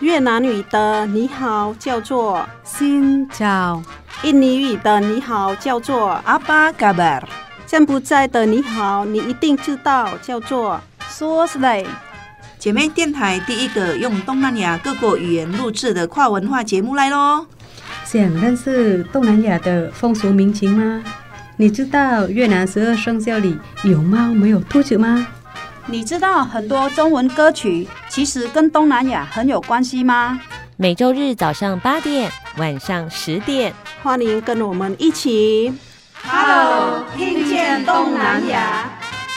越南语的你好叫做 Xin chào， 印尼语的你好叫做 Apa kabar， 柬埔寨的你好你一定知道叫做 Suoslay。 姐妹电台第一个用东南亚各国语言录制的跨文化节目来咯。 想认识东南亚的风俗民情吗？你知道越南12生肖里有猫没有兔子吗？ 你知道很多中文歌曲其实跟东南亚很有关系吗？ 每周日早上8点，晚上10点， 欢迎跟我们一起 Hello， 听见东南亚。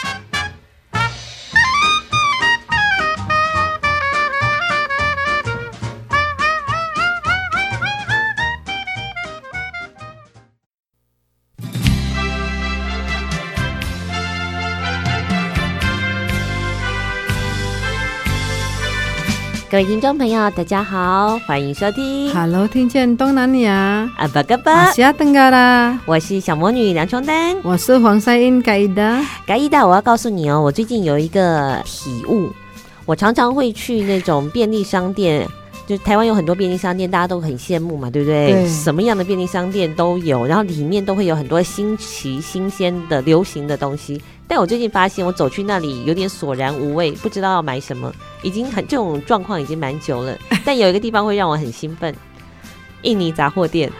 各位听众朋友大家好，欢迎收听 Hello， 听见东南亚， 阿巴嘎巴， 西亚登嘎啦， 我是小魔女梁琼丹， 我是黄赛英盖伊达。 盖伊达，我要告诉你哦，我最近有一个体悟，我常常会去那种便利商店，就台湾有很多便利商店，大家都很羡慕嘛，对不对？ 对， 什么样的便利商店都有，然后里面都会有很多新奇、新鲜的、流行的东西。但我最近发现，我走去那里有点索然无味，不知道要买什么，已经这种状况已经蛮久了。但有一个地方会让我很兴奋，印尼杂货店。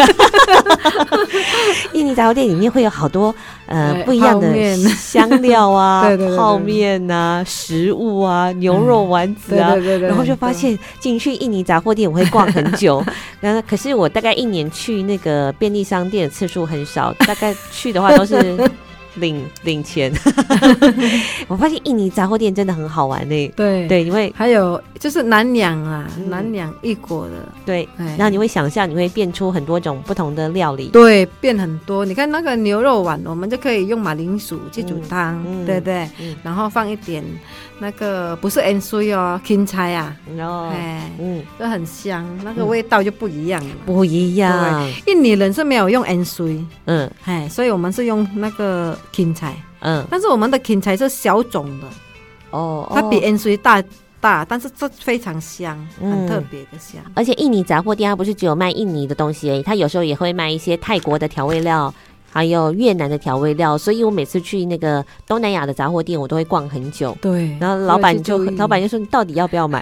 印尼杂货店里面会有好多不一样的香料啊， 对对对对， 泡面啊，食物啊，牛肉丸子啊， 对， 然后就发现进去印尼杂货店我会逛很久。可是我大概1年去那个便利商店的次数很少，大概去的话都是领钱。我发现印尼杂货店真的很好玩呢。对，因为还有就是南洋啊，南洋异国的， 对，然后你会想象你会变出很多种不同的料理， 对，变很多。你看那个牛肉丸，我们就可以用马铃薯去煮汤，对不对？然后放一点那个不是盐水哦，芹菜啊，就很香，那个味道就不一样了。 不一样， 印尼人是没有用盐水，所以我们是用那个芹菜，但是我们的芹菜是小种的，它比盐水大，但是这非常香，很特别的香。 而且印尼杂货店它不是只有卖印尼的东西而已，它有时候也会卖一些泰国的调味料，还有越南的调味料，所以我每次去那个东南亚的杂货店，我都会逛很久。 对， 然后老板就说你到底要不要买？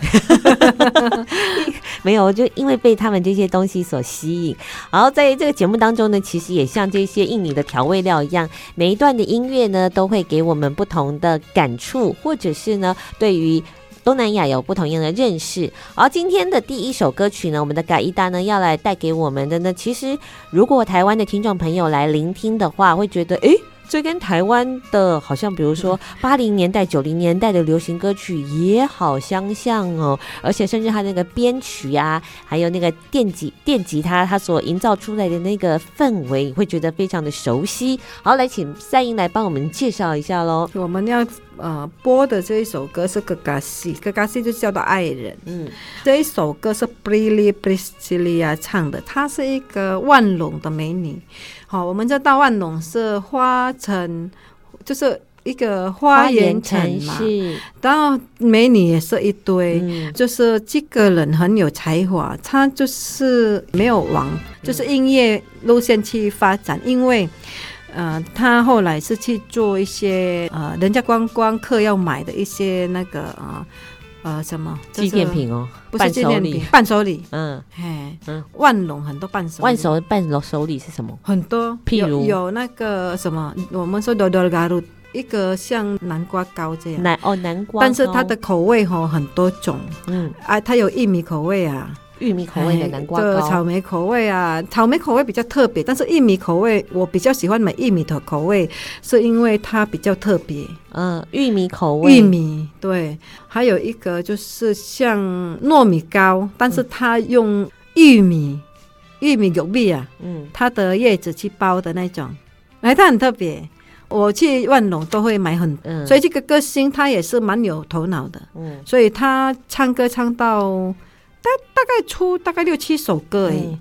没有，就因为被他们这些东西所吸引。然后在这个节目当中呢，其实也像这些印尼的调味料一样，每一段的音乐呢，都会给我们不同的感触，或者是呢，对于东南亚有不同样的认识。而今天的第一首歌曲呢，我们的盖伊达呢要来带给我们的呢，其实如果台湾的听众朋友来聆听的话，会觉得这跟台湾的好像比如说80年代90年代的流行歌曲也好相像哦，而且甚至它那个编曲啊，还有那个电吉他它所营造出来的那个氛围，会觉得非常的熟悉。好，来请赛英来帮我们介绍一下咯。 我们要播的这一首歌是格嘎西就叫做爱人。这一首歌是 Prilly Priscilla 唱的，她是一个万隆的美女。我们知道万隆是花城，就是一个花园城嘛，然后美女也是一堆，就是这个人很有才华，他就是没有往就是音乐路线去发展，因为他后来是去做一些人家观光客要买的一些那个什么纪念品哦， 不是纪念品，伴手礼。万隆很多伴手礼。 伴手礼是什么？ 很多，譬如有那个什么，我们说dodol一个像南瓜糕这样。 南瓜糕， 但是它的口味很多种。它有玉米口味啊。 玉米口味的南瓜糕， 草莓口味啊，草莓口味比较特别，但是玉米口味我比较喜欢买玉米的口味，是因为它比较特别。 玉米口味， 玉米对，还有一个就是像糯米糕，但是它用玉米有米啊，它的叶子去包的那种，它很特别。我去万隆都会买所以这个歌星他也是蛮有头脑的，所以他唱歌唱到大概出大概6-7首歌而已。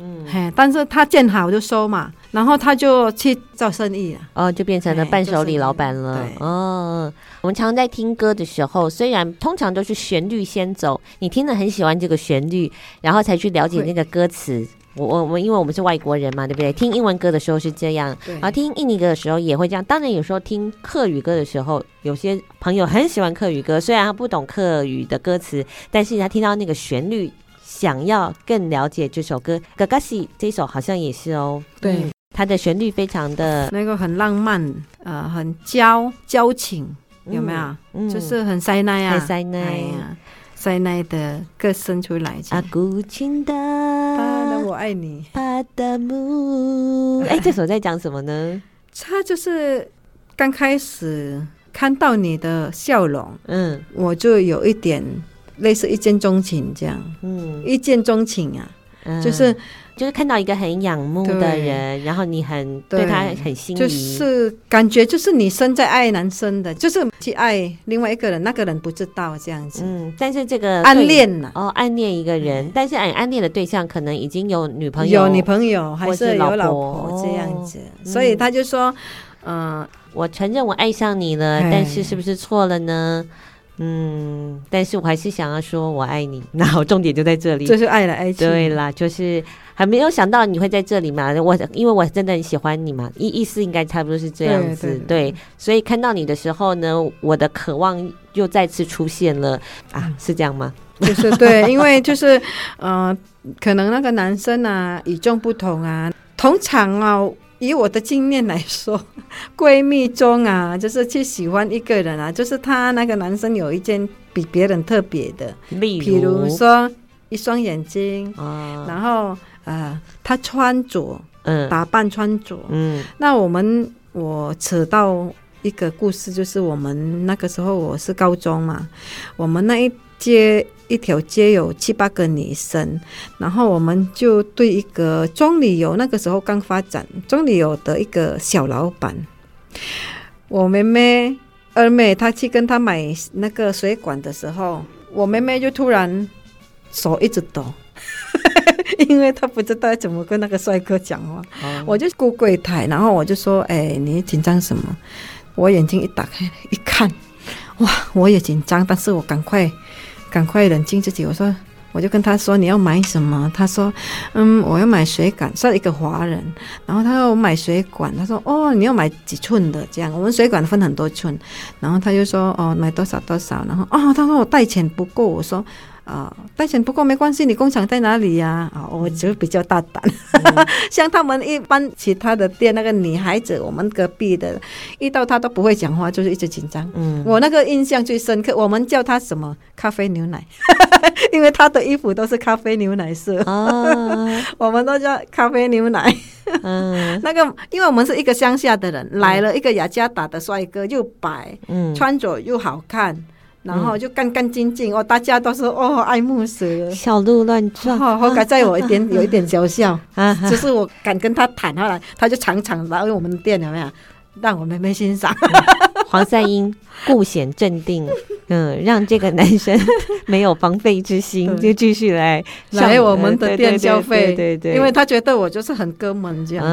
但是他见好就收嘛，然后他就去做生意了， 就变成了伴手礼老板了。我们常在听歌的时候，虽然通常都是旋律先走，你听了很喜欢这个旋律，然后才去了解那个歌词。我因为我们是外国人嘛，对不对？听英文歌的时候是这样，然后听印尼歌的时候也会这样。当然有时候听客语歌的时候，有些朋友很喜欢客语歌，虽然他不懂客语的歌词，但是他听到那个旋律，想要更了解这首歌。嘎嘎西这一首好像也是哦， 对， 它的旋律非常的那个很浪漫，很矫情，有没有？就是很塞奶啊， 很塞奶塞奶的歌声出来。 阿古琴的我爱你， 帕达姆。这首在讲什么呢？ 他就是刚开始看到你的笑容，我就有一点类似一见钟情这样，一见钟情啊，就是看到一个很仰慕的人，然后你对他很心仪，就是感觉就是你身在爱男生的，就是去爱另外一个人，那个人不知道这样子。但是这个暗恋了暗恋一个人，但是暗恋的对象可能已经有女朋友还是有老婆这样子，所以他就说，我承认我爱上你了，但是是不是错了呢？但是我还是想要说我爱你，那好，重点就在这里，就是爱来爱去。对啦，就是还没有想到你会在这里嘛，因为我真的很喜欢你嘛，意思应该差不多是这样子。对，所以看到你的时候呢，我的渴望又再次出现了啊，是这样吗？就是对，因为就是可能那个男生啊与众不同啊，通常啊以我的经验来说，闺蜜中啊，就是去喜欢一个人啊，就是他那个男生有一件比别人特别的，比如说一双眼睛，然后他穿着，打扮穿着，那我扯到一个故事，就是我们那个时候我是高中嘛，我们那一条街有7、8个女生，然后我们就对一个中旅游，那个时候刚发展中旅游的一个小老板，我二妹她去跟他买那个水管的时候，我妹妹就突然手一直抖因为她不知道怎么跟那个帅哥讲话，我就顾柜台，然后我就说你紧张什么？我眼睛一打开一看，哇，我也紧张，但是我赶快冷静自己，我就跟他说你要买什么？他说我要买水管，是一个华人，然后他说我买水管，他说你要买几寸的这样，我们水管分很多寸，然后他就说买多少，然后他说我带钱不够，我说带钱不够没关系，你工厂在哪里呀？我就比较大胆像他们一般其他的店那个女孩子，我们隔壁的遇到她都不会讲话，就是一直紧张。我那个印象最深刻，我们叫她什么咖啡牛奶因为她的衣服都是咖啡牛奶色我们都叫咖啡牛奶那个因为我们是一个乡下的人，来了一个雅加达的帅哥，又白，穿着又好看，然后就干干净净大家都说爱慕死了，小鹿乱撞后来在我有一点小笑就是我敢跟他谈，后来他就常来我们的店，有没有让我妹妹欣赏黄赛英顾显镇定让这个男生没有防备之心就继续来我们的店消费，对，因为他觉得我就是很哥们这样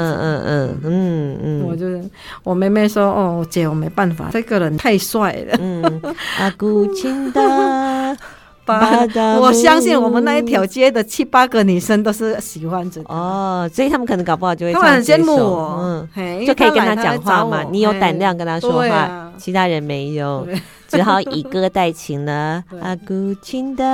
子我妹妹说姐我没办法，这个人太帅了阿古琴的我相信我们那一条街的7、8个女生都是喜欢着所以他们可能搞不好就会他们很羡慕我就可以跟他讲话嘛，你有胆量跟他说话其他人没有只好以歌代情了阿古琴的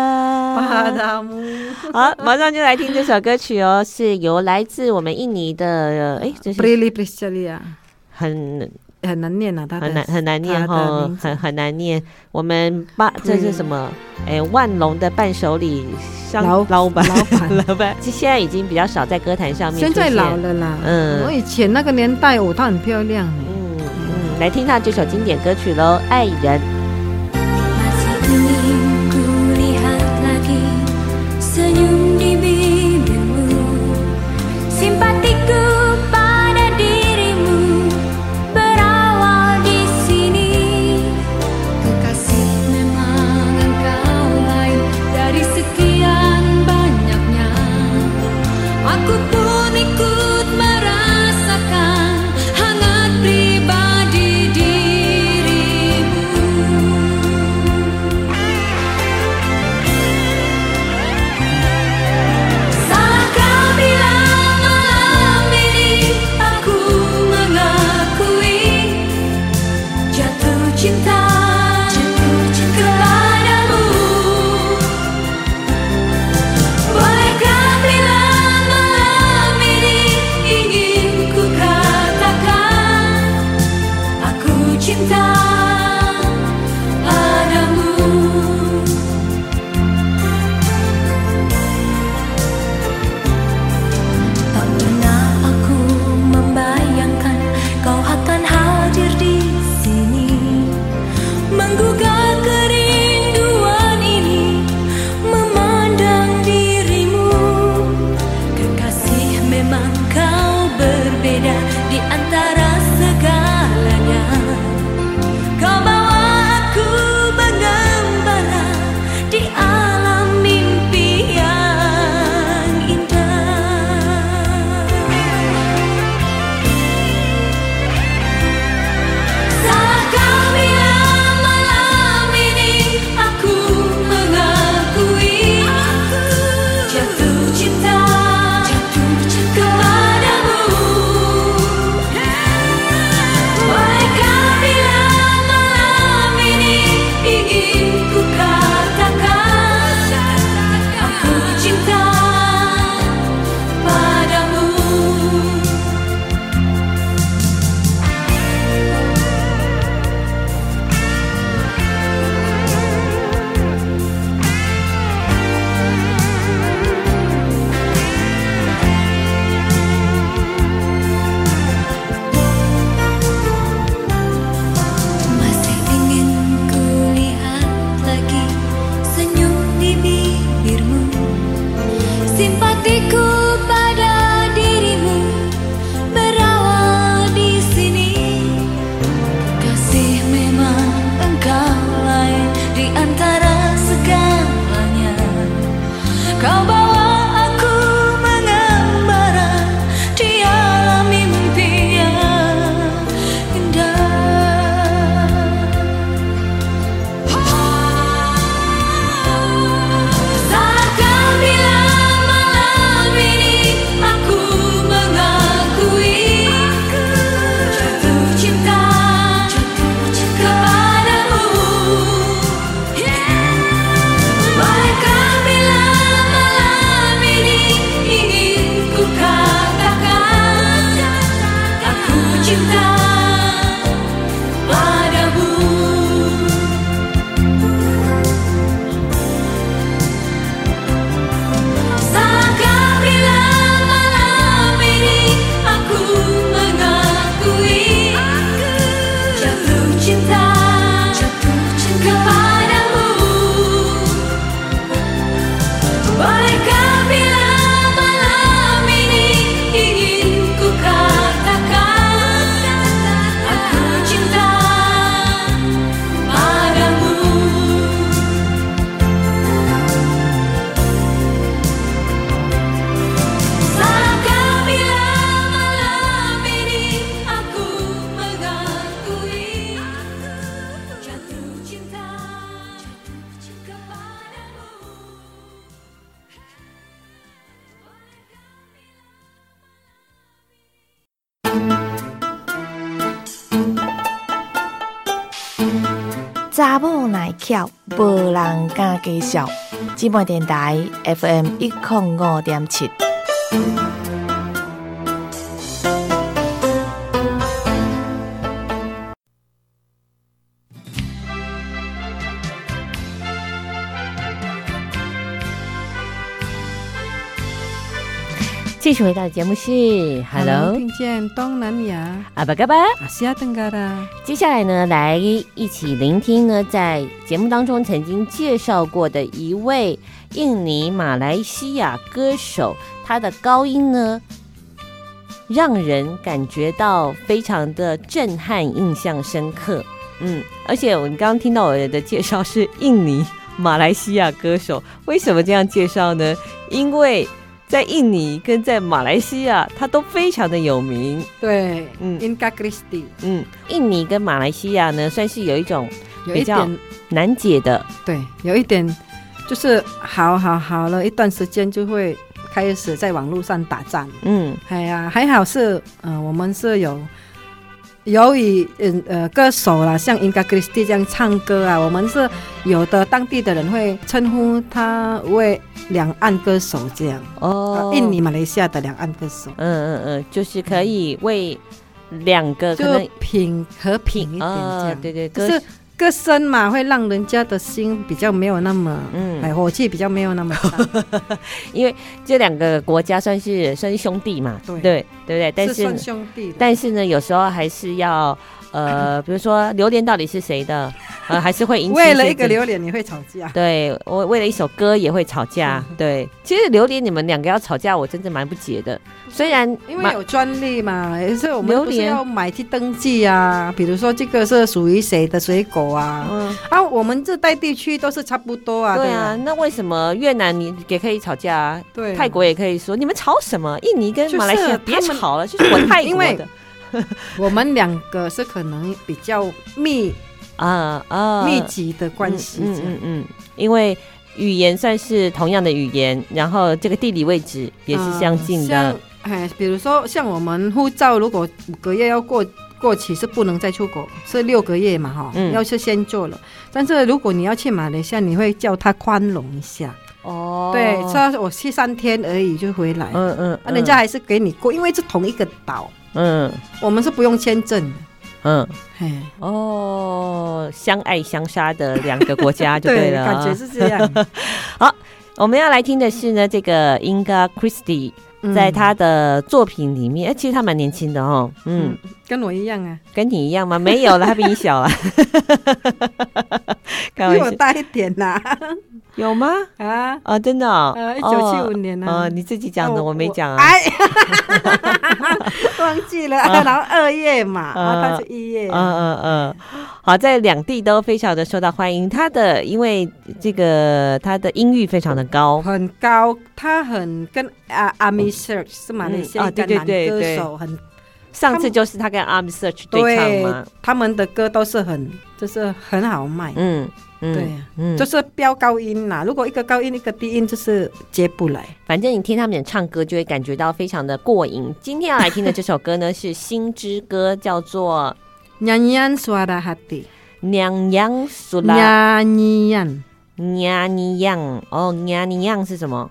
好，马上就来听这首歌曲是由来自我们印尼的这是 Prilly Priscilia 很难念啊，很难念很难念。我们这是什么？万隆的伴手礼老板，现在已经比较少在歌坛上面出现，现在老了啦。我以前那个年代，她很漂亮。来听她这首经典歌曲喽，《爱人》。Aku 查某耐巧，无人敢介绍。姊妹电台 FM 105.7。 继续回到的节目是 Hello， 听见东南亚阿巴嘎巴阿西亚登嘎达。 接下来呢，来一起聆听呢，在节目当中曾经介绍过的一位印尼马来西亚歌手，他的高音呢，让人感觉到非常的震撼，印象深刻。而且我们刚刚听到我的介绍是印尼马来西亚歌手，为什么这样介绍呢？因为在印尼跟在马来西亚，他都非常的有名。 对，Inka Christie。 印尼跟马来西亚呢，算是有一种比较难解的。 对，有一点就是好了一段时间就会开始在网络上打仗。哎呀，还好是我们是有由于歌手啦，像 Inga Christie 这样唱歌啊，我们是有的当地的人会称呼他为两岸歌手这样。印尼、马来西亚的两岸歌手。 就是可以为两个可能和平一点这样。 对对， 就是歌声嘛，会让人家的心比较没有那么，火气比较没有那么大。 因为这两个国家算是兄弟嘛，对不对？但是算兄弟， 但是呢，有时候还是要比如说榴莲到底是谁的，还是会引起为了一个榴莲你会吵架。 对，我为了一首歌也会吵架。对，其实榴莲你们两个要吵架，我真的蛮不解的。虽然因为有专利嘛，也是我们不是要买去登记啊。比如说这个是属于谁的水果啊？我们这带地区都是差不多啊。 对啊，那为什么越南你也可以吵架啊？ 对， 泰国也可以说你们吵什么？印尼跟马来西亚别吵了，就是我泰国的。 我们两个是可能比较密集的关系。 因为语言算是同样的语言，然后这个地理位置也是相近的。 比如说像我们护照如果5个月要过期是不能再出国，是6个月嘛要是先做了。但是如果你要去马来西亚，你会叫他宽容一下。对，说我去3天而已就回来。人家还是给你过，因为是同一个岛。我们是不用签证的。 相爱相杀的两个国家就对了。 对，感觉是这样。 好，我们要来听的是呢，这个 Inga Christie。在他的作品里面，其实他蛮年轻的哦。 跟我一样啊。 跟你一样吗？没有了，他比你小了。 比我大一点啦。 有吗？真的 1975年啊。 你自己讲的，我没讲啊。 忘记了。然后2月嘛，他是1月。 好，在两地都非常的受到欢迎。因为这个他的音域非常的高， 很高，他很跟Ami Search 是马来西亚一个男歌手， 上次就是他跟 Ami Search 对唱嘛， 他们的歌都是就是很好卖。对，就是飙高音啦。如果一个高音一个低音就是接不来。 反正你听他们唱歌就会感觉到非常的过瘾。今天要来听的这首歌呢是新之歌，叫做 Nyanyian Suara Hati。 Nyanyian Nyanyian 是什么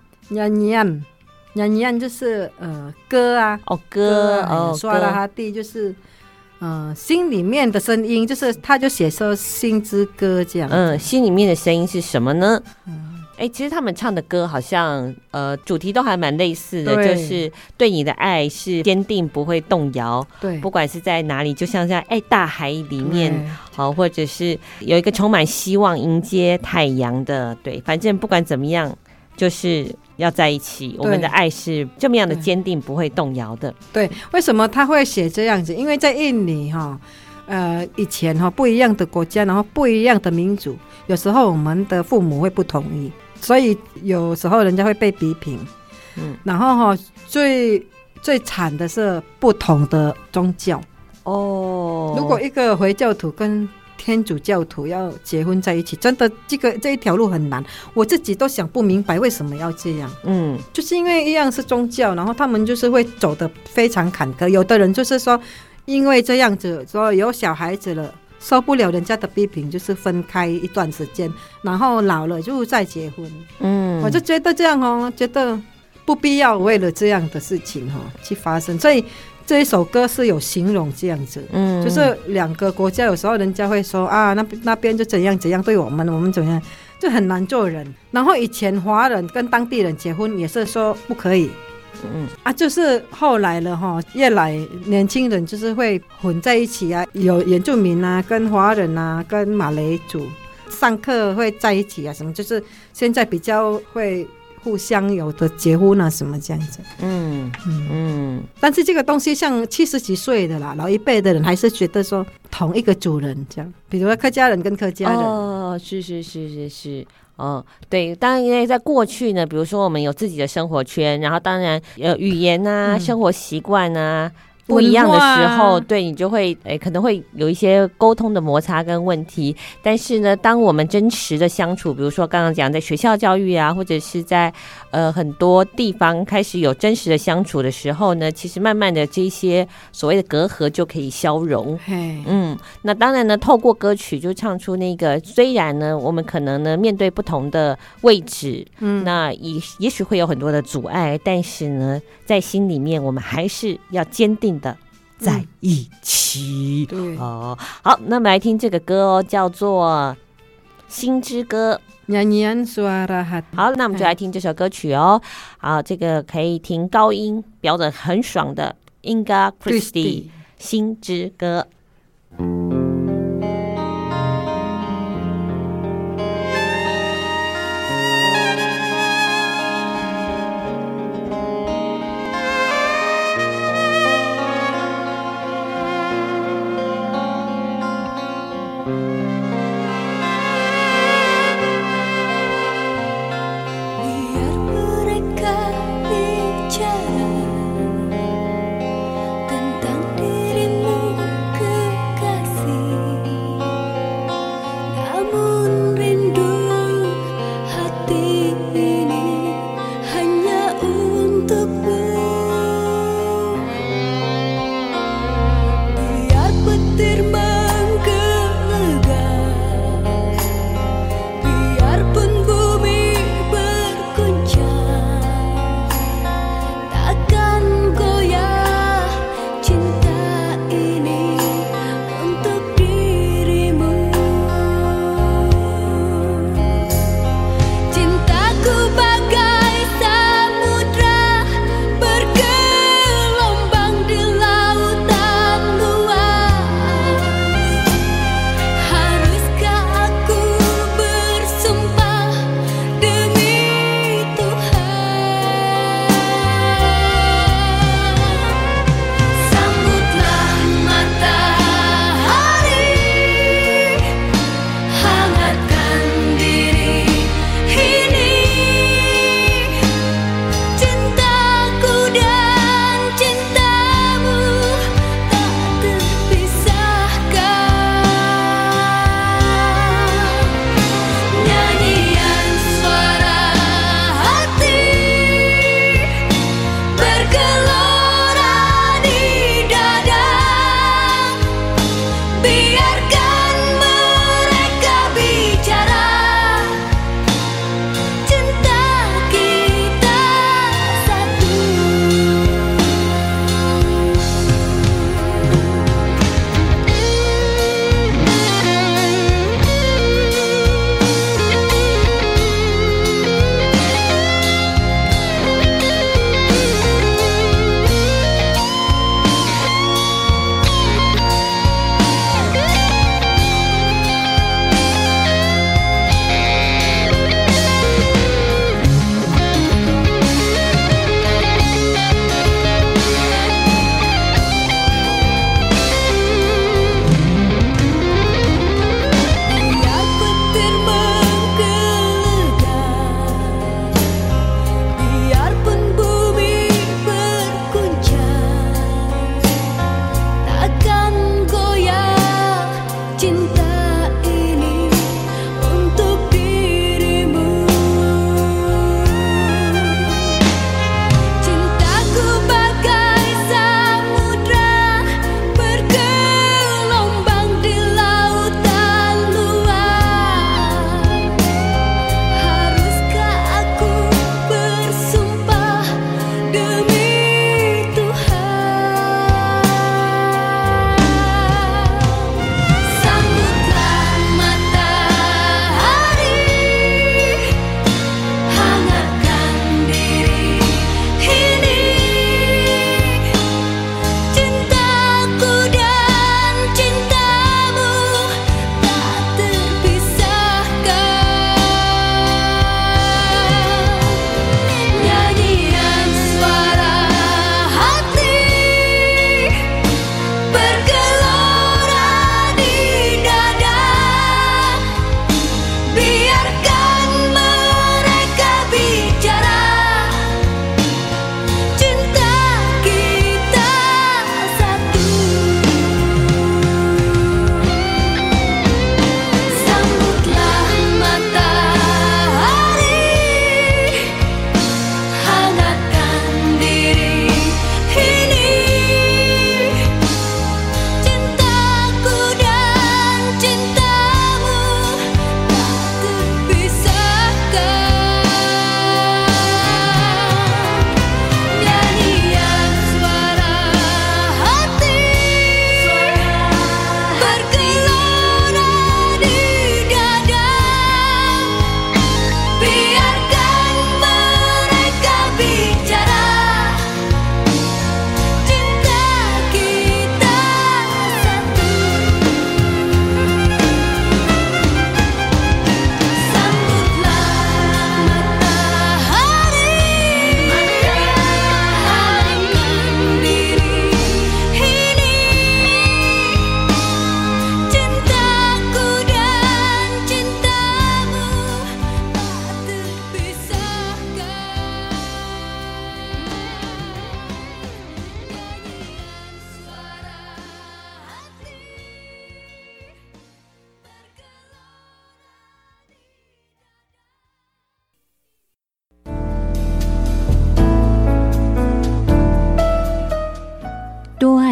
？Nyanyian 就是歌啊。 歌 Suara Hati 就是心里面的声音，就是他就写说心之歌这样。 心里面的声音是什么呢？其实他们唱的歌好像主题都还蛮类似的，就是对你的爱是坚定不会动摇。 对， 不管是在哪里，就像在大海里面，好，或者是有一个充满希望迎接太阳的。对，反正不管怎么样，就是要在一起。我们的爱是这么样的坚定，不会动摇的。 对，为什么他会写这样子？因为在印尼以前不一样的国家，然后不一样的民族，有时候我们的父母会不同意，所以有时候人家会被批评。然后最惨的是不同的宗教。如果一个回教徒跟天主教徒要结婚在一起，真的这一条路很难，我自己都想不明白为什么要这样。就是因为一样是宗教，然后他们就是会走得非常坎坷。有的人就是说因为这样子说有小孩子了，受不了人家的批评，就是分开一段时间，然后老了就再结婚。我就觉得这样觉得不必要为了这样的事情去发生。所以这一首歌是有形容这样子，就是两个国家有时候人家会说那边就怎样怎样对我们怎样，就很难做人。然后以前华人跟当地人结婚也是说不可以。就是后来了越来年轻人就是会混在一起啊，有原住民啊跟华人啊跟马来族上课会在一起啊什么，就是现在比较会互相有的结婚啊什么这样子。但是这个东西像70几岁的啦，老一辈的人还是觉得说同一个主人这样，比如说客家人跟客家人。 是。对，当然因为在过去呢，比如说我们有自己的生活圈，然后当然语言啊、生活习惯啊， 不一样的时候， 文化对你就会可能会有一些沟通的摩擦跟问题。但是呢，当我们真实的相处，比如说刚刚讲在学校教育啊，或者是在很多地方开始有真实的相处的时候呢，其实慢慢的这些所谓的隔阂就可以消融。那当然呢，透过歌曲就唱出那个，虽然呢我们可能呢面对不同的位置，那也许会有很多的阻碍，但是呢在心里面我们还是要坚定的在一起。 对好，那我们来听这个歌哦，叫做《心之歌》。 Nyanyian suara hati。 好，那我们就来听这首歌曲哦。好，这个可以听高音飙得很爽的 Inga Christie《心之歌》。 Tentang dirimu kekasih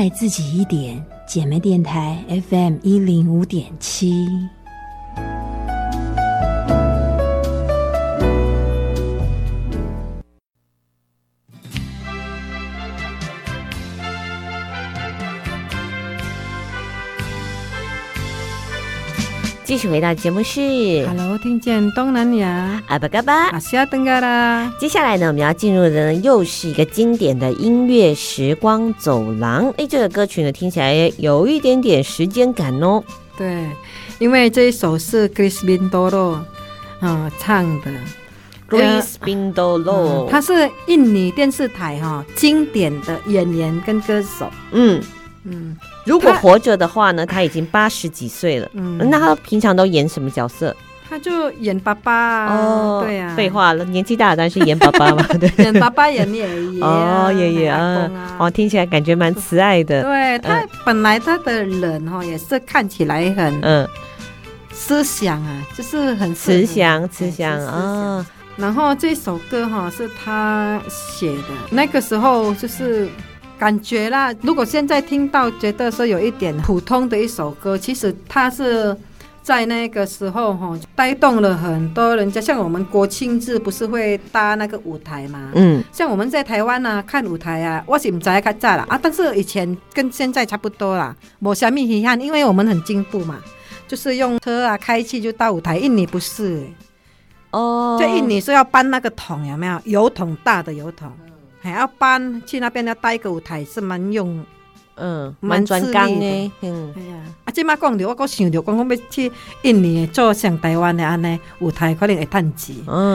爱自己一点，姐妹电台 FM105.7。 继续回到节目是 Hello， 听见东南亚阿巴嘎巴阿西亚登嘎啦。 接下来呢，我们要进入的呢，又是一个经典的音乐时光走廊。这个歌曲呢，听起来有一点点时间感哦。 对，因为这一首是 Chris Bintoro 唱的。 Chris Bintoro， 他是印尼电视台经典的演员跟歌手。 如果活着的话呢，他已经80几岁了。那他平常都演什么角色？ 他就演爸爸啊。对啊， 废话了，年纪大了当然是演爸爸嘛。对， 演爸爸演爷爷爷爷听起来感觉蛮慈爱的。 对，他本来他的人也是看起来很思想啊，就是很慈祥啊。 然后这首歌是他写的，那个时候就是感觉啦，如果现在听到觉得说有一点普通的一首歌，其实他是在那个时候带动了很多人家，像我们国庆日不是会搭那个舞台吗？像我们在台湾啊看舞台啊，我是不知道较早啦但是以前跟现在差不多啦，没什么遗憾，因为我们很进步嘛，就是用车啊开去就到舞台。印尼不是就印尼是要搬那个桶，有没有油桶，大的油桶，还要搬去那边要搭一个舞台，是蛮专工的。这么讲到我想到讲要去印尼做像台湾的安尼舞台，可能会赚钱。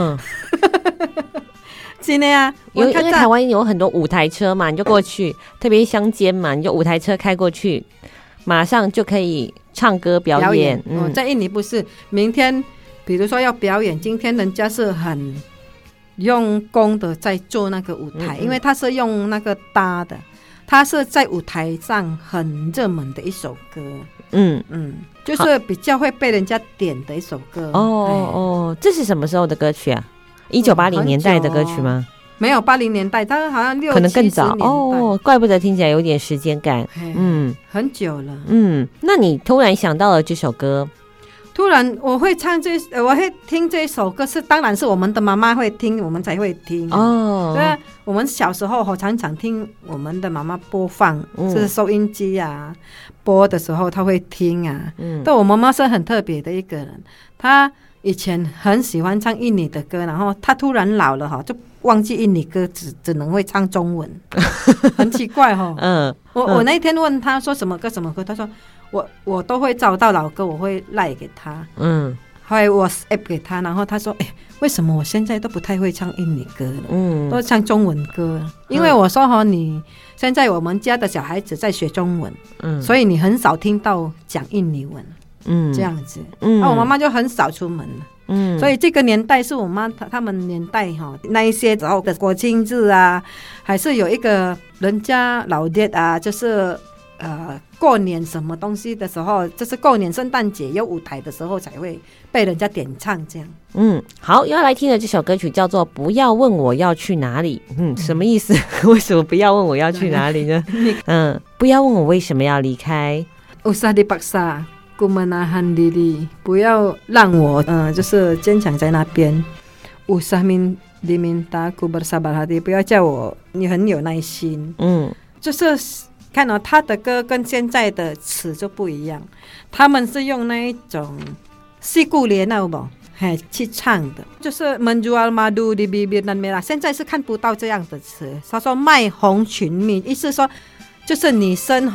真的啊， 因为台湾有很多舞台车嘛，你就过去，特别乡间嘛，你就舞台车开过去，马上就可以唱歌表演。 在印尼不是，明天比如说要表演，今天人家是很用功的在做那个舞台，因为他是用那个搭的，他是在舞台上很热门的一首歌。就是比较会被人家点的一首歌。 这是什么时候的歌曲啊？1980年代的歌曲吗？ 没有80年代，它好像可能更早怪不得听起来有点时间感。 很久了。 那你突然想到了这首歌？ 突然我会我会听这首歌，当然是我们的妈妈会听，我们才会听。对啊，我们小时候常常听我们的妈妈播放，就是收音机啊播的时候她会听啊。但我妈妈是很特别的一个人，她以前很喜欢唱印尼的歌，然后她突然老了就忘记印尼歌，只能会唱中文，很奇怪我那天问她说什么歌，她说我都会找到老歌，我会赖给他，后来我 WhatsApp 给他，然后他说为什么我现在都不太会唱印尼歌了，都唱中文歌因为我说你现在我们家的小孩子在学中文，所以你很少听到讲印尼文，这样子，我妈妈就很少出门了，所以这个年代是我妈他们年代那一些时候的国庆日啊，还是有一个人家老爹啊，就是过年什么东西的时候，就是过年圣诞节有舞台的时候才会被人家点唱这样。 好，要来听的这首歌曲叫做不要问我要去哪里。什么意思？为什么不要问我要去哪里呢？不要问我为什么要离开。 Usah dipaksa ku menahan diri， 不要让我就是坚强在那边。Usah diminta ku bersabar hati， 不要叫我你很有耐心。就是看他的歌跟现在的词就不一样，他们是用那一种戏骨莲有没有去唱的，就是 menjual madu di bibir dan merah， 现在是看不到这样的词。他说卖红裙蜜，意思说就是女生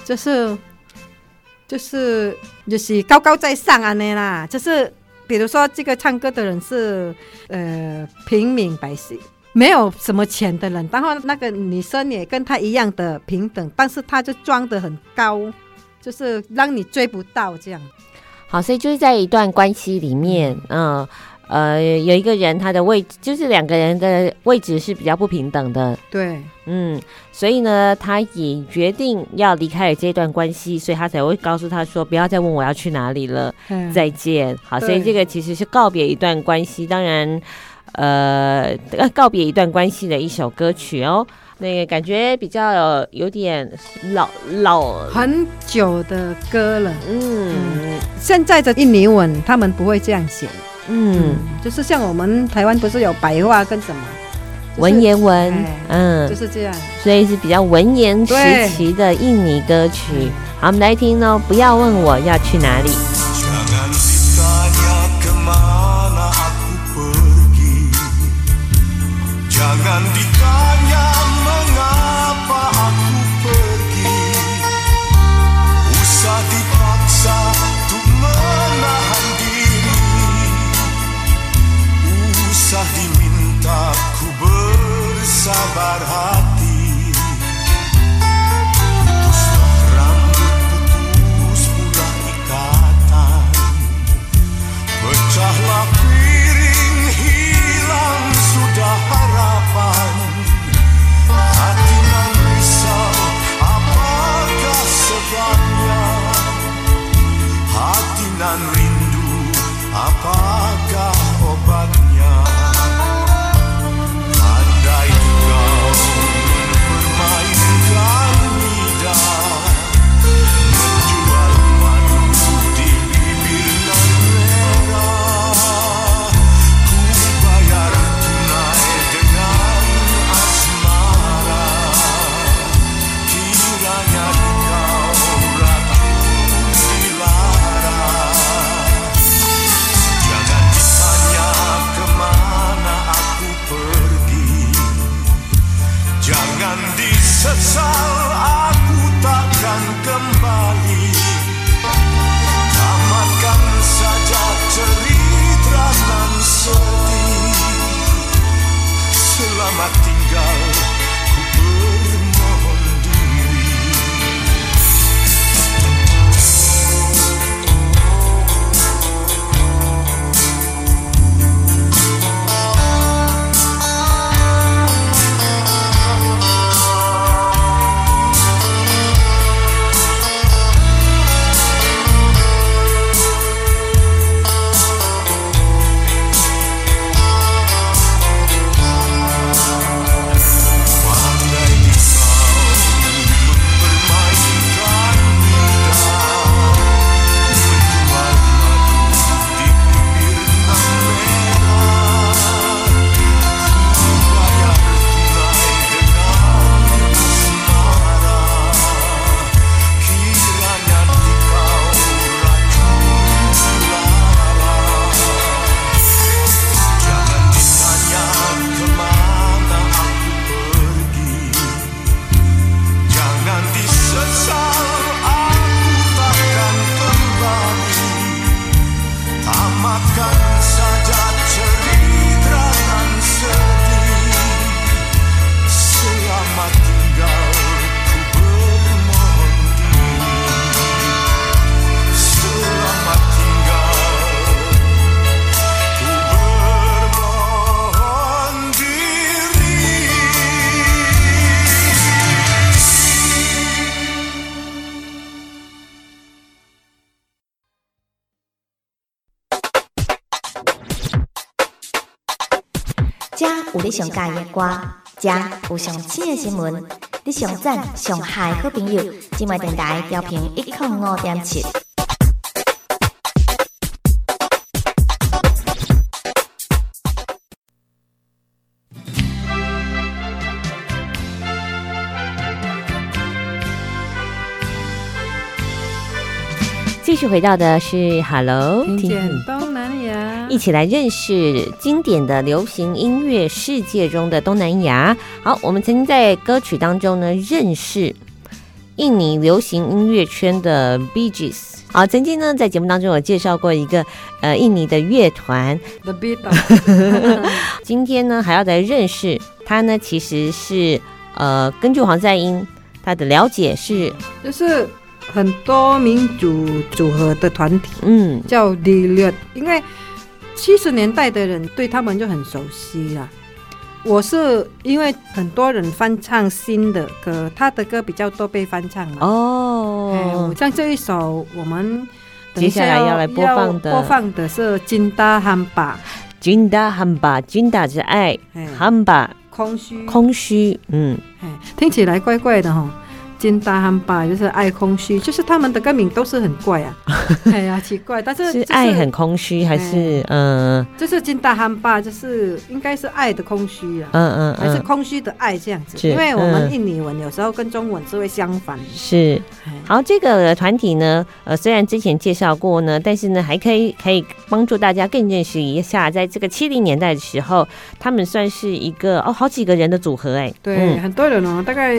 就是高高在上啊那啦，就是比如说这个唱歌的人是平民百姓，没有什么钱的人，然后那个女生也跟他一样的平等，但是他就装得很高，就是让你追不到这样。 好，所以就是在一段关系里面有一个人他的位置，就是两个人的位置是比较不平等的。 对， 所以呢他也决定要离开了这段关系，所以他才会告诉他说不要再问我要去哪里了，再见。好，所以这个其实是告别一段关系，当然告别一段关系的一首歌曲哦。 那个感觉比较有点老很久的歌了。现在的印尼文他们不会这样写。就是像我们台湾不是有白话跟什么文言文， 就是这样， 所以是比较文言时期的印尼歌曲。好，我们来听哦，不要问我要去哪里。 Jangan ditanya mengapa aku pergi, usah dipaksa untuk menahan diri, usah diminta ku bersabar hati. Putuslah rambut, putus pula ikatan, pecahlah piring, hilang sudah harapan. Hati nan risau, apakah sebabnya? Hati nan rindu, apakah obatnya? Andai kau mempermainkan lidah, menjual madu di bibir nan merah, ku bayar tunai dengan asmara. Kiranya kau ratu dilarang, jangan ditanya kemana aku pergi, jangan disesal aku takkan kembali. Tamatkan saja cerita nan sedih, selamat tinggal ku bermohon diri. Pandai kau mempermainkan lidah, menjual madu di bibir nan merah, ku bayar tunai dengan asmara. Kiranya kau ratu dilarang, jangan ditanya kemana aku pergi, jangan disesal aku takkan kembali. Tamatkan saja cerita nan sedih, selamat tinggal ku bermohon diri, selamat tinggal ku bermohon diri. 这有你上喜欢的歌，这有上新的新闻，你上赞上嗨好朋友，今晚电台调频105.7。 继续回到的是 Hello， 听见东南亚， 一起来认识经典的流行音乐世界中的东南亚。好，我们曾经在歌曲当中呢认识印尼流行音乐圈的 Bee Gees。好，曾经呢在节目当中有介绍过一个印尼的乐团 The Beatles。 今天呢还要来认识他呢，其实是根据黄赛英他的了解是就是很多民族组合的团体，叫 Diliot， 因为70年代的人对他们就很熟悉啦。我是因为很多人翻唱新的歌，他的歌比较多被翻唱了哦。像这一首我们接下来要来播放的是 Cinta Hampa。 Cinta Hampa， Cinta 是爱， Hampa 空虚， 空虚， 听起来怪怪的哈。金达汉巴就是爱空虚，就是他们的歌名都是很怪啊，哎呀奇怪，但是、 是爱很空虚还是就是金达汉巴就是应该是爱的空虚啊，还是空虚的爱这样子，因为我们印尼文有时候跟中文是会相反的。 是，好，这个团体呢，虽然之前介绍过呢，但是呢还可以帮助大家更认识一下，在这个70年代的时候，他们算是一个好几个人的组合对，很多人大概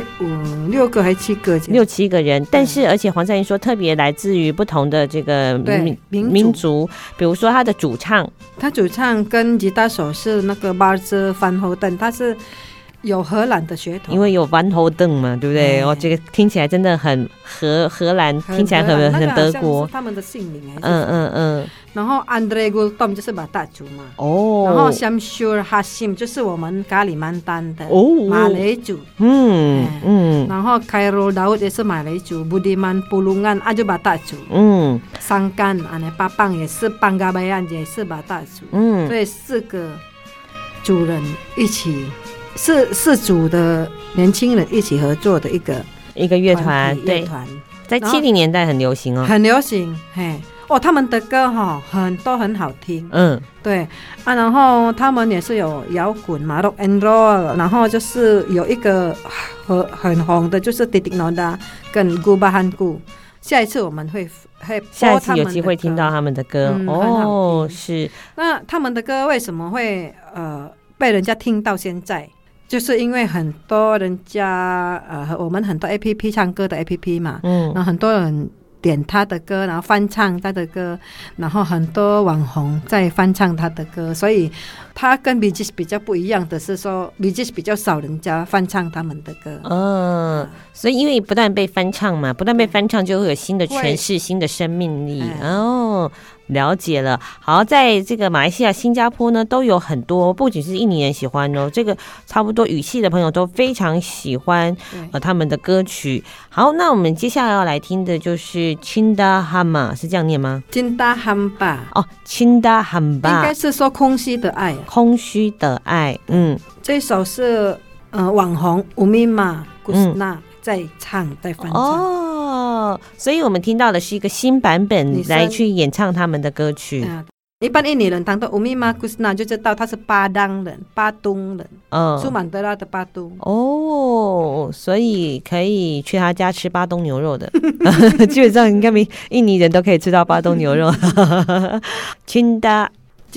6个还7个 ，6、7个人，但是而且黄赛英说特别来自于不同的这个民族，比如说他的主唱跟吉他手是那个巴泽范侯登，他是有荷兰的血统，因为有van Houten嘛，对不对？这个听起来真的很荷兰，听起来很德国， 他们的姓名然后 Andre Gultom 就是马大族嘛，然后 Syamsul Hashim 就是我们咖喱曼丹的马来族，然后 Khairul Daud 也是马来族 ，Budiman Pulungan 就马大族，Sangkan巴棒也是邦嘎拜安也是马大族，所以4个族人一起。四组的年轻人一起合作的一个乐团，对，在70年代很流行很流行，他们的歌很多很好听，对然后他们也是有摇滚嘛 ，rock and roll， 然后就是有一个很红的，就是 Titik Noda 跟 Gubahanku， 下一次我们会下一次有机会听到他们的歌，是。 那他们的歌为什么会被人家听到现在？就是因为很多人家我们很多 APP 唱歌的 APP 嘛，然后很多人点他的歌，然后翻唱他的歌，然后很多网红在翻唱他的歌，所以他跟 Bee Gees 比较不一样的是说 Bee Gees 比较少人家翻唱他们的歌， 所以因为不断被翻唱嘛，不断被翻唱就会有新的诠释，新的生命力，了解了。好，在这个马来西亚、新加坡呢，都有很多，不仅是印尼人喜欢这个差不多语系的朋友都非常喜欢他们的歌曲。好，那我们接下来要来听的就是 Cinta Hamba， 是这样念吗？ Cinta Hamba Cinta Hamba 应该是说空虚的爱， 空虚的爱。 这首是网红 Umima Kusna 在唱，在翻唱所以我们听到的是一个新版本来去演唱他们的歌曲。 一般印尼人谈到 Umima Kusna 就知道他是巴东人，苏曼德拉的巴东。 所以可以去他家吃巴东牛肉的，基本上应该印尼人都可以吃到巴东牛肉。Cinta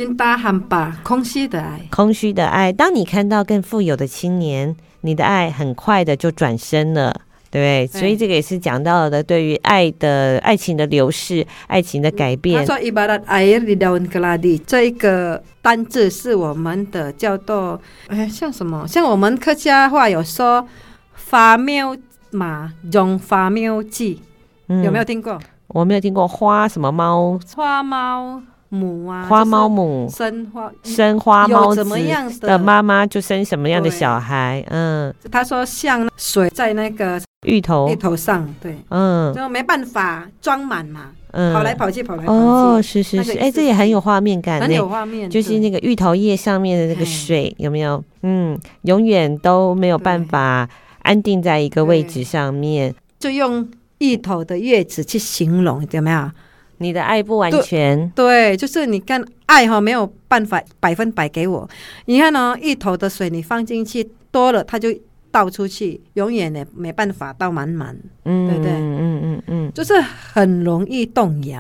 Hamba 空虚的爱， 空虚的爱。当你看到更富有的青年，你的爱很快的就转身了，对不对？所以这个也是讲到的对于爱情的流逝，爱情的改变。 他说 ibarat air di daun keladi， 这一个单字是我们的叫做像什么？像我们客家话有说花喵马用花喵记，有没有听过？ 我没有听过花什么猫， 花猫母花猫母生花猫子的妈妈就生什么样的小孩。 他说像水在那个芋头上，对，就没办法装满嘛，跑来跑去。 是，这也很有画面感， 很有画面， 就是那个芋头叶上面的那个水，有没有？永远都没有办法安定在一个位置上面， 就用芋头的叶子去形容，有没有？ 你的爱不完全， 对，就是你看爱没有办法100%给我。你看芋头的水你放进去多了，它就倒出去，永远也没办法倒满满，对不对？就是很容易动摇。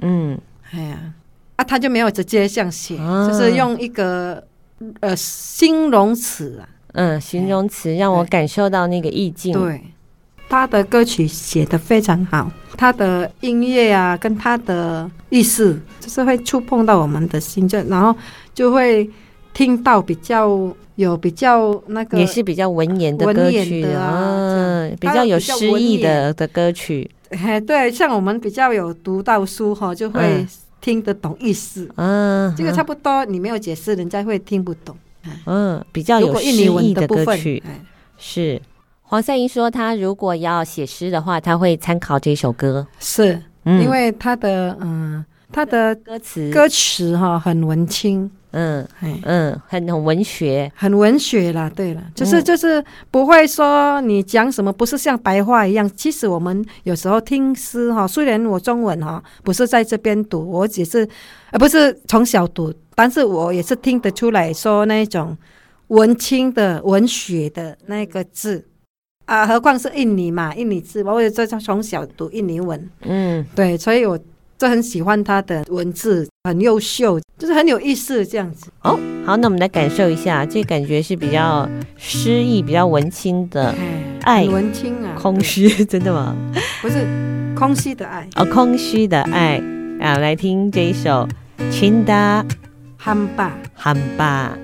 他就没有直接这样写，就是用一个形容词形容词让我感受到那个意境。 对。他的歌曲写得非常好，他的音乐跟他的意思就是会触碰到我们的心，然后就会听到比较那个， 也是比较文言的歌曲比较有诗意的歌曲。 对，像我们比较有读到书就会听得懂意思。这个差不多，你没有解释，人家会听不懂。 比较有诗意的歌曲是。黄赛英说，他如果要写诗的话，他会参考这首歌， 是因为他的歌词很文青， 很文学， 很文学啦。对了，就是不会说你讲什么不是像白话一样。其实我们有时候听诗哈，虽然我中文哈不是在这边读，我只是不是从小读，但是我也是听得出来说那种文青的文学的那个字啊，何况是印尼嘛，印尼字，我也从小读印尼文，对，所以我就很喜欢他的文字，很优秀，就是很有意思这样子。 好，那我们来感受一下，这感觉是比较诗意、比较文青的爱， 很文青啊， 空虚，真的吗？ 不是空虚的爱空虚的爱啊！来听这一首《Cinta Hampa》。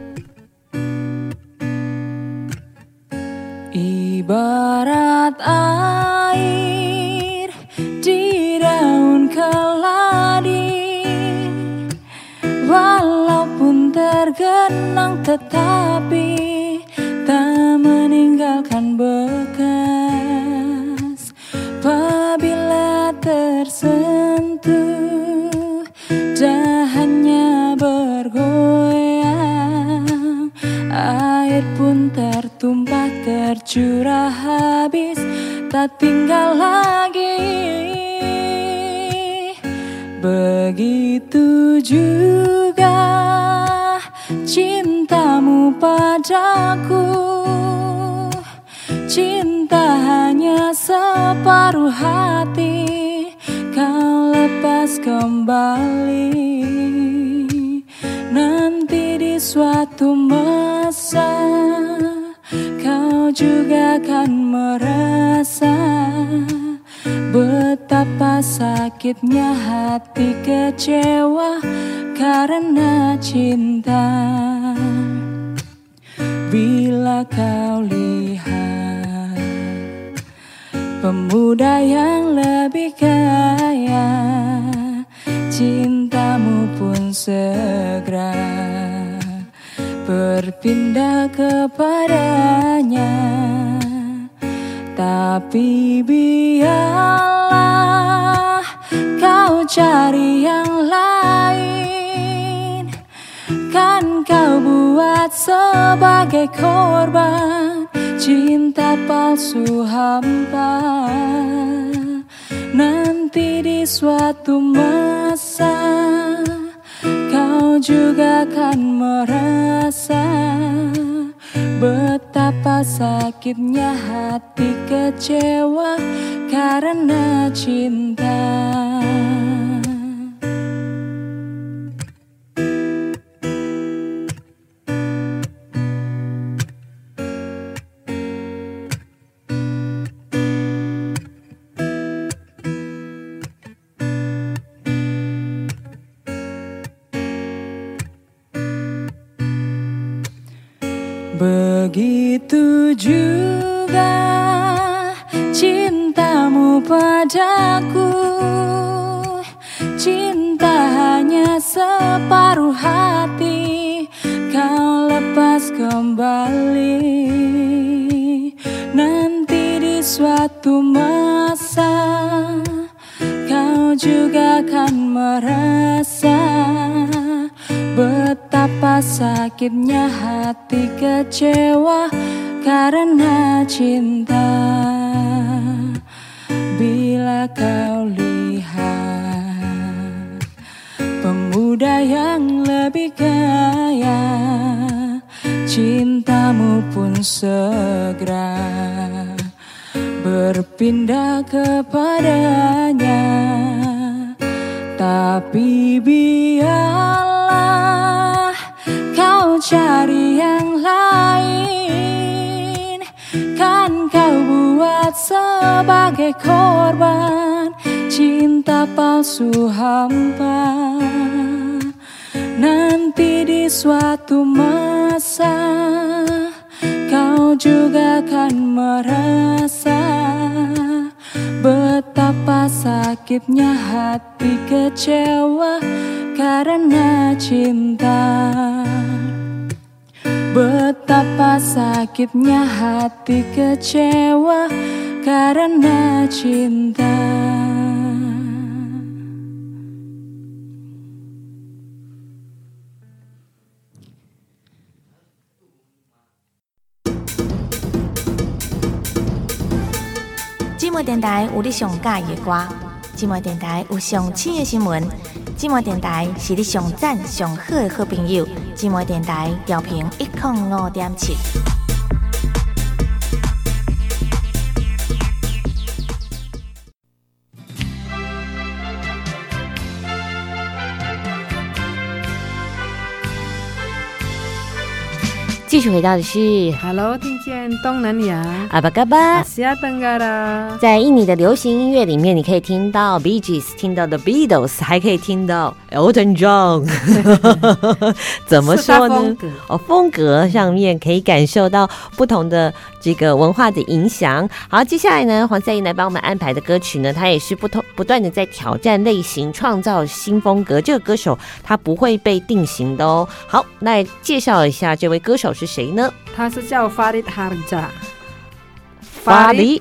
Ibarat air di daun keladi, walaupun tergenang tetapi tak meninggalkan bekas. Apabila tersentuh dahannya bergoyang, air pun tertumpah tercurah habis, tak tinggal lagi. Begitu juga cintamu padaku, cinta hanya separuh hati, kau lepas kembali. Nanti di suatu masa kau juga akan merasa betapa sakitnya hati kecewa karena cinta. Bila kau lihat pemuda yang lebih kaya, cintamu pun segera berpindah kepadanya. Tapi biarlah kau cari yang lain, kan kau buat sebagai korban cinta palsu hampa. Nanti di suatu masa kau juga akan merasa betapa sakitnya hati kecewa karena cinta. Begitu juga cintamu padaku, cinta hanya separuh hati, kau lepas kembali. Nanti di suatu masa kau juga akan merasa betapa sakitnya hati kecewa karena cinta. Bila kau lihat pemuda yang lebih kaya, cintamu pun segera berpindah kepadanya. Tapi biarlah kau cari yang lain, kan kau buat sebagai korban cinta palsu hampa. Nanti di suatu masa kau juga akan merasa betapa sakitnya hati kecewa karena cinta. Betapa sakitnya hati kecewa karena cinta. 末电台有你上喜欢的歌，寂寞电台有上新的新闻，寂寞电台是你上赞上好的好朋友。寂寞电台调频105.7。 继续回到的是 Hello， 听见东南亚阿巴嘎巴。在印尼的流行音乐里面，你可以听到 Bee Gees， 听到 The Beatles， 还可以听到 Elton John 怎么说呢？风格上面可以感受到不同的这个文化的影响。好，接下来呢，黄赛英来帮我们安排的歌曲呢，他也是不断的在挑战类型，创造新风格。这个歌手他不会被定型的哦。好，来介绍一下这位歌手是谁呢？ 他是叫 Farid Harja。 Farid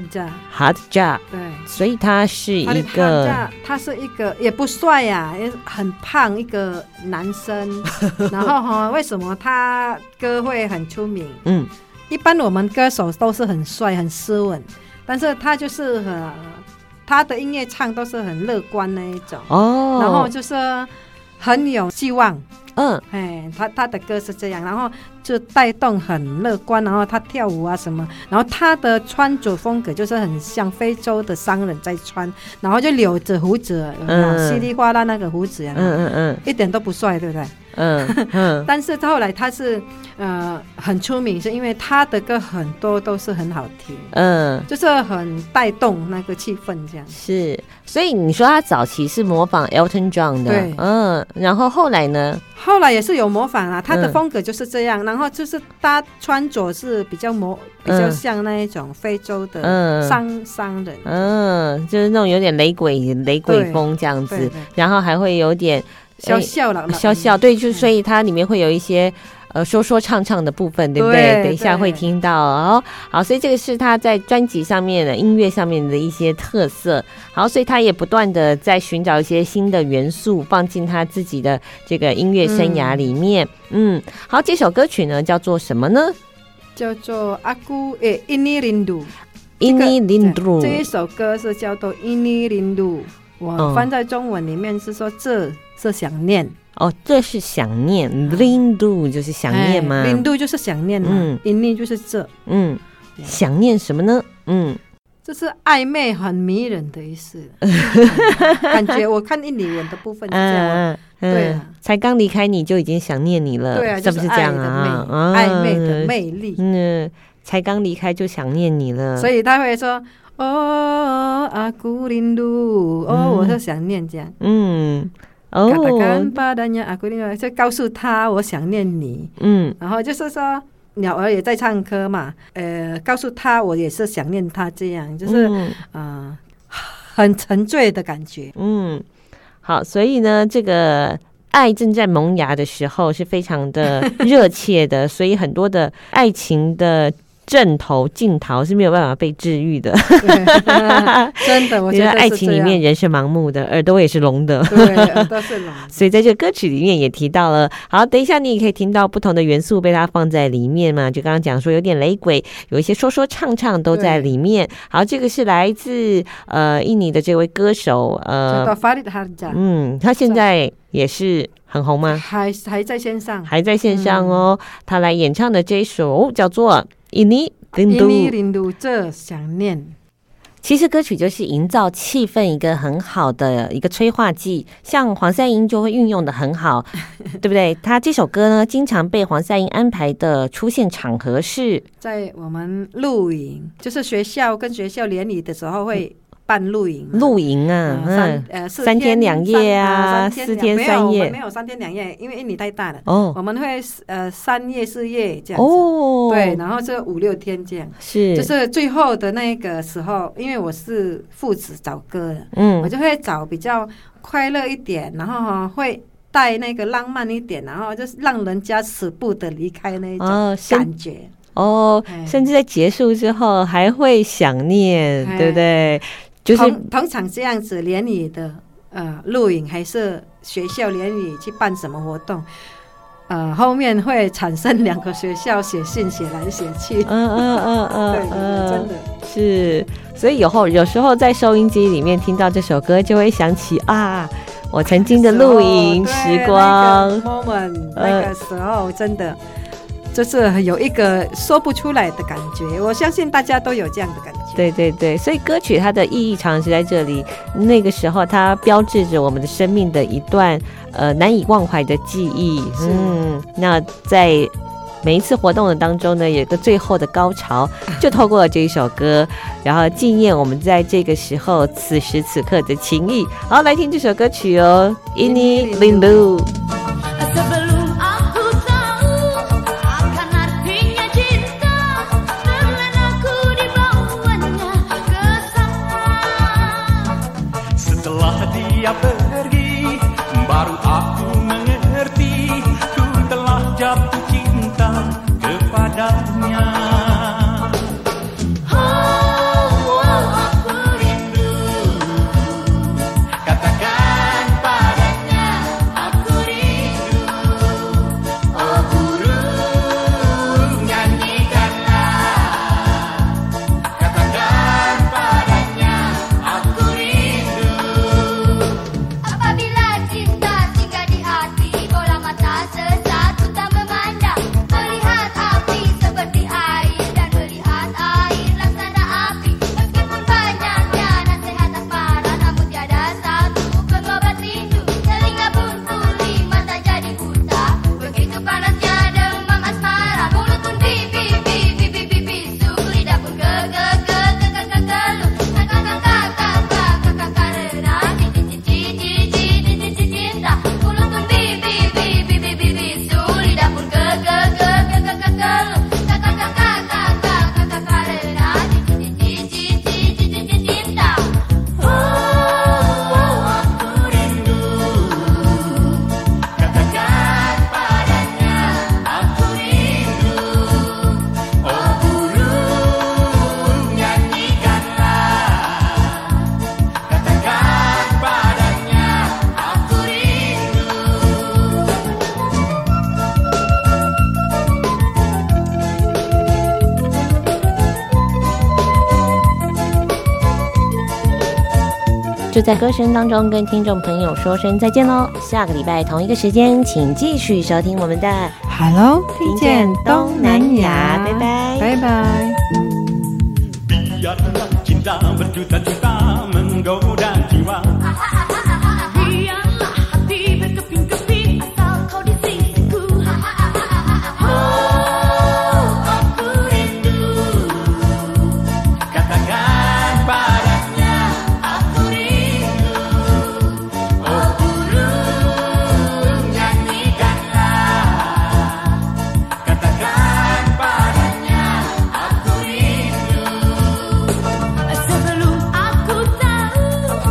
Harja， 对， 所以他是一个， 他是一个也不帅呀，也很胖一个男生。然后为什么他歌会很出名？一般我们歌手都是很帅很斯文，但是他就是他的音乐唱都是很乐观那一种哦，然后就是很有希望。他的歌是这样，然后就带动很乐观，然后他跳舞啊什么，然后他的穿着风格就是很像非洲的商人在穿，然后就留着胡子，稀里哗啦那个胡子，一点都不帅，对不对？但是后来他是很出名，是因为他的歌很多都是很好听，就是很带动那个气氛这样。 是，所以你说他早期是模仿 Elton John 的， 对， 然后后来呢？ 后来也是有模仿啊，他的风格就是这样，然后就是他穿着是比较像那一种非洲的商人， 就是那种有点雷鬼风这样子，然后还会有点笑笑， 对，就所以它里面会有一些说唱的部分，对不对？等一下会听到哦。好，所以这个是他在专辑上面的音乐上面的一些特色。好，所以他也不断的在寻找一些新的元素放进他自己的这个音乐生涯里面。好，这首歌曲呢叫做什么呢？ 叫做 Aku Ini Rindu。 这一首歌是叫做 Ini Rindu， 我翻在中文里面是说这是想念。 这是想念，rindu 就是想念吗 ？rindu 就是想念嘛，ini 就是这， 想念什么呢？ 这是暧昧很迷人的意思。感觉我看印尼文的部分是这样，对， 才刚离开你就已经想念你了， 对啊， 是不是这样啊？ 暧昧的魅力， 才刚离开就想念你了， 所以他会说哦aku rindu，我是想念这样，katakan padanya aku rindu，就告诉他我想念你，然后就是说鸟儿也在唱歌嘛，告诉他我也是想念他，这样就是很沉醉的感觉。 好，所以呢，这个爱正在萌芽的时候是非常的热切的，所以很多的爱情的镜头是没有办法被治愈的。 真的，我觉得爱情里面人是盲目的，耳朵也是聋的。 对，耳朵是聋。 所以在这个歌曲里面也提到了。好，等一下你也可以听到不同的元素被它放在里面嘛，就刚刚讲说有点雷鬼，有一些说唱都在里面。好，这个是来自印尼的这位歌手叫做 Farid Harja。 他现在也是很红吗？ 还在线上， 还在线上哦。他来演唱的这一首叫做Ini Rindu， 这想念。 其实歌曲就是营造气氛一个很好的一个催化剂，像黄赛英就会运用的很好，对不对？他这首歌呢，经常被黄赛英安排的出现场合是在我们露营，就是学校跟学校联谊的时候会办露营啊，3天2夜啊，4天3夜， 没有3天2夜，因为印尼太大了。我们会3夜4夜这样子。对，然后就5、6天这样。是，就是最后的那个时候，因为我是负责找歌的，我就会找比较快乐一点，然后会带那个浪漫一点，然后就是让人家舍不得离开那种感觉。 甚至在结束之后还会想念，对不对？就是通常这样子联谊的录影还是学校联谊去办什么活动， 后面会产生2个学校写信写来写去。对，真的是。所以有时候在收音机里面听到这首歌，就会想起啊，我曾经的露营时光， 那个 moment，那个时候真的就是有一个说不出来的感觉。我相信大家都有这样的感觉。 对对对，所以歌曲它的意义常常是在这里。那个时候，它标志着我们的生命的一段难以忘怀的记忆。那在每一次活动的当中呢，有一个最后的高潮，就透过了这一首歌，然后纪念我们在这个时候此时此刻的情谊。好，来听这首歌曲哦 ，Ini Rindu。 Dia pergi, baru aku mengerti, ku telah jatuh cinta kepadanya. Aku rindu, katakan padanya, aku rindu. Oh burung, nyanyikanlah, katakan padanya, aku rindu. Apabila cinta singgah di hati, bola mata sesatu tak memandang, melihat api seperti air dan melihat air laksana api. Meskipun banyaknya nasihat asmara, namun tiada satu pengobat rindu. Telinga pun tuli, mata jadi buta, begitu panasnya demam asmara. Mulut pun bibi, bisu, lidah pun keluh, karena cinta. Mulut pun bibi, bisu, lidah pun keluh, karena cinta. Aku rindu, katakan padanya, aku rindu. Oh burung, nyanyikanlah, katakan padanya, aku rindu. 《就在歌声当中跟听众朋友说声再见喽，下个礼拜同一个时间，请继续收听我们的 Hello， 听见东南亚， 拜拜， 拜拜。 Biarlah cinta berjuta-juta menggoda jiwa. Biarlah hati berkeping-keping asal kau di sisiku. Aku rindu, katakan padanya, aku rindu. Oh burung, nyanyikanlah, katakan padanya, aku rindu. Sebelum aku tahu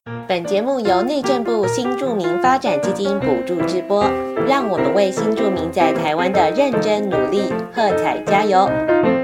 本节目由内政部新住民发展基金补助直播，让我们为新住民在台湾的认真努力喝彩加油。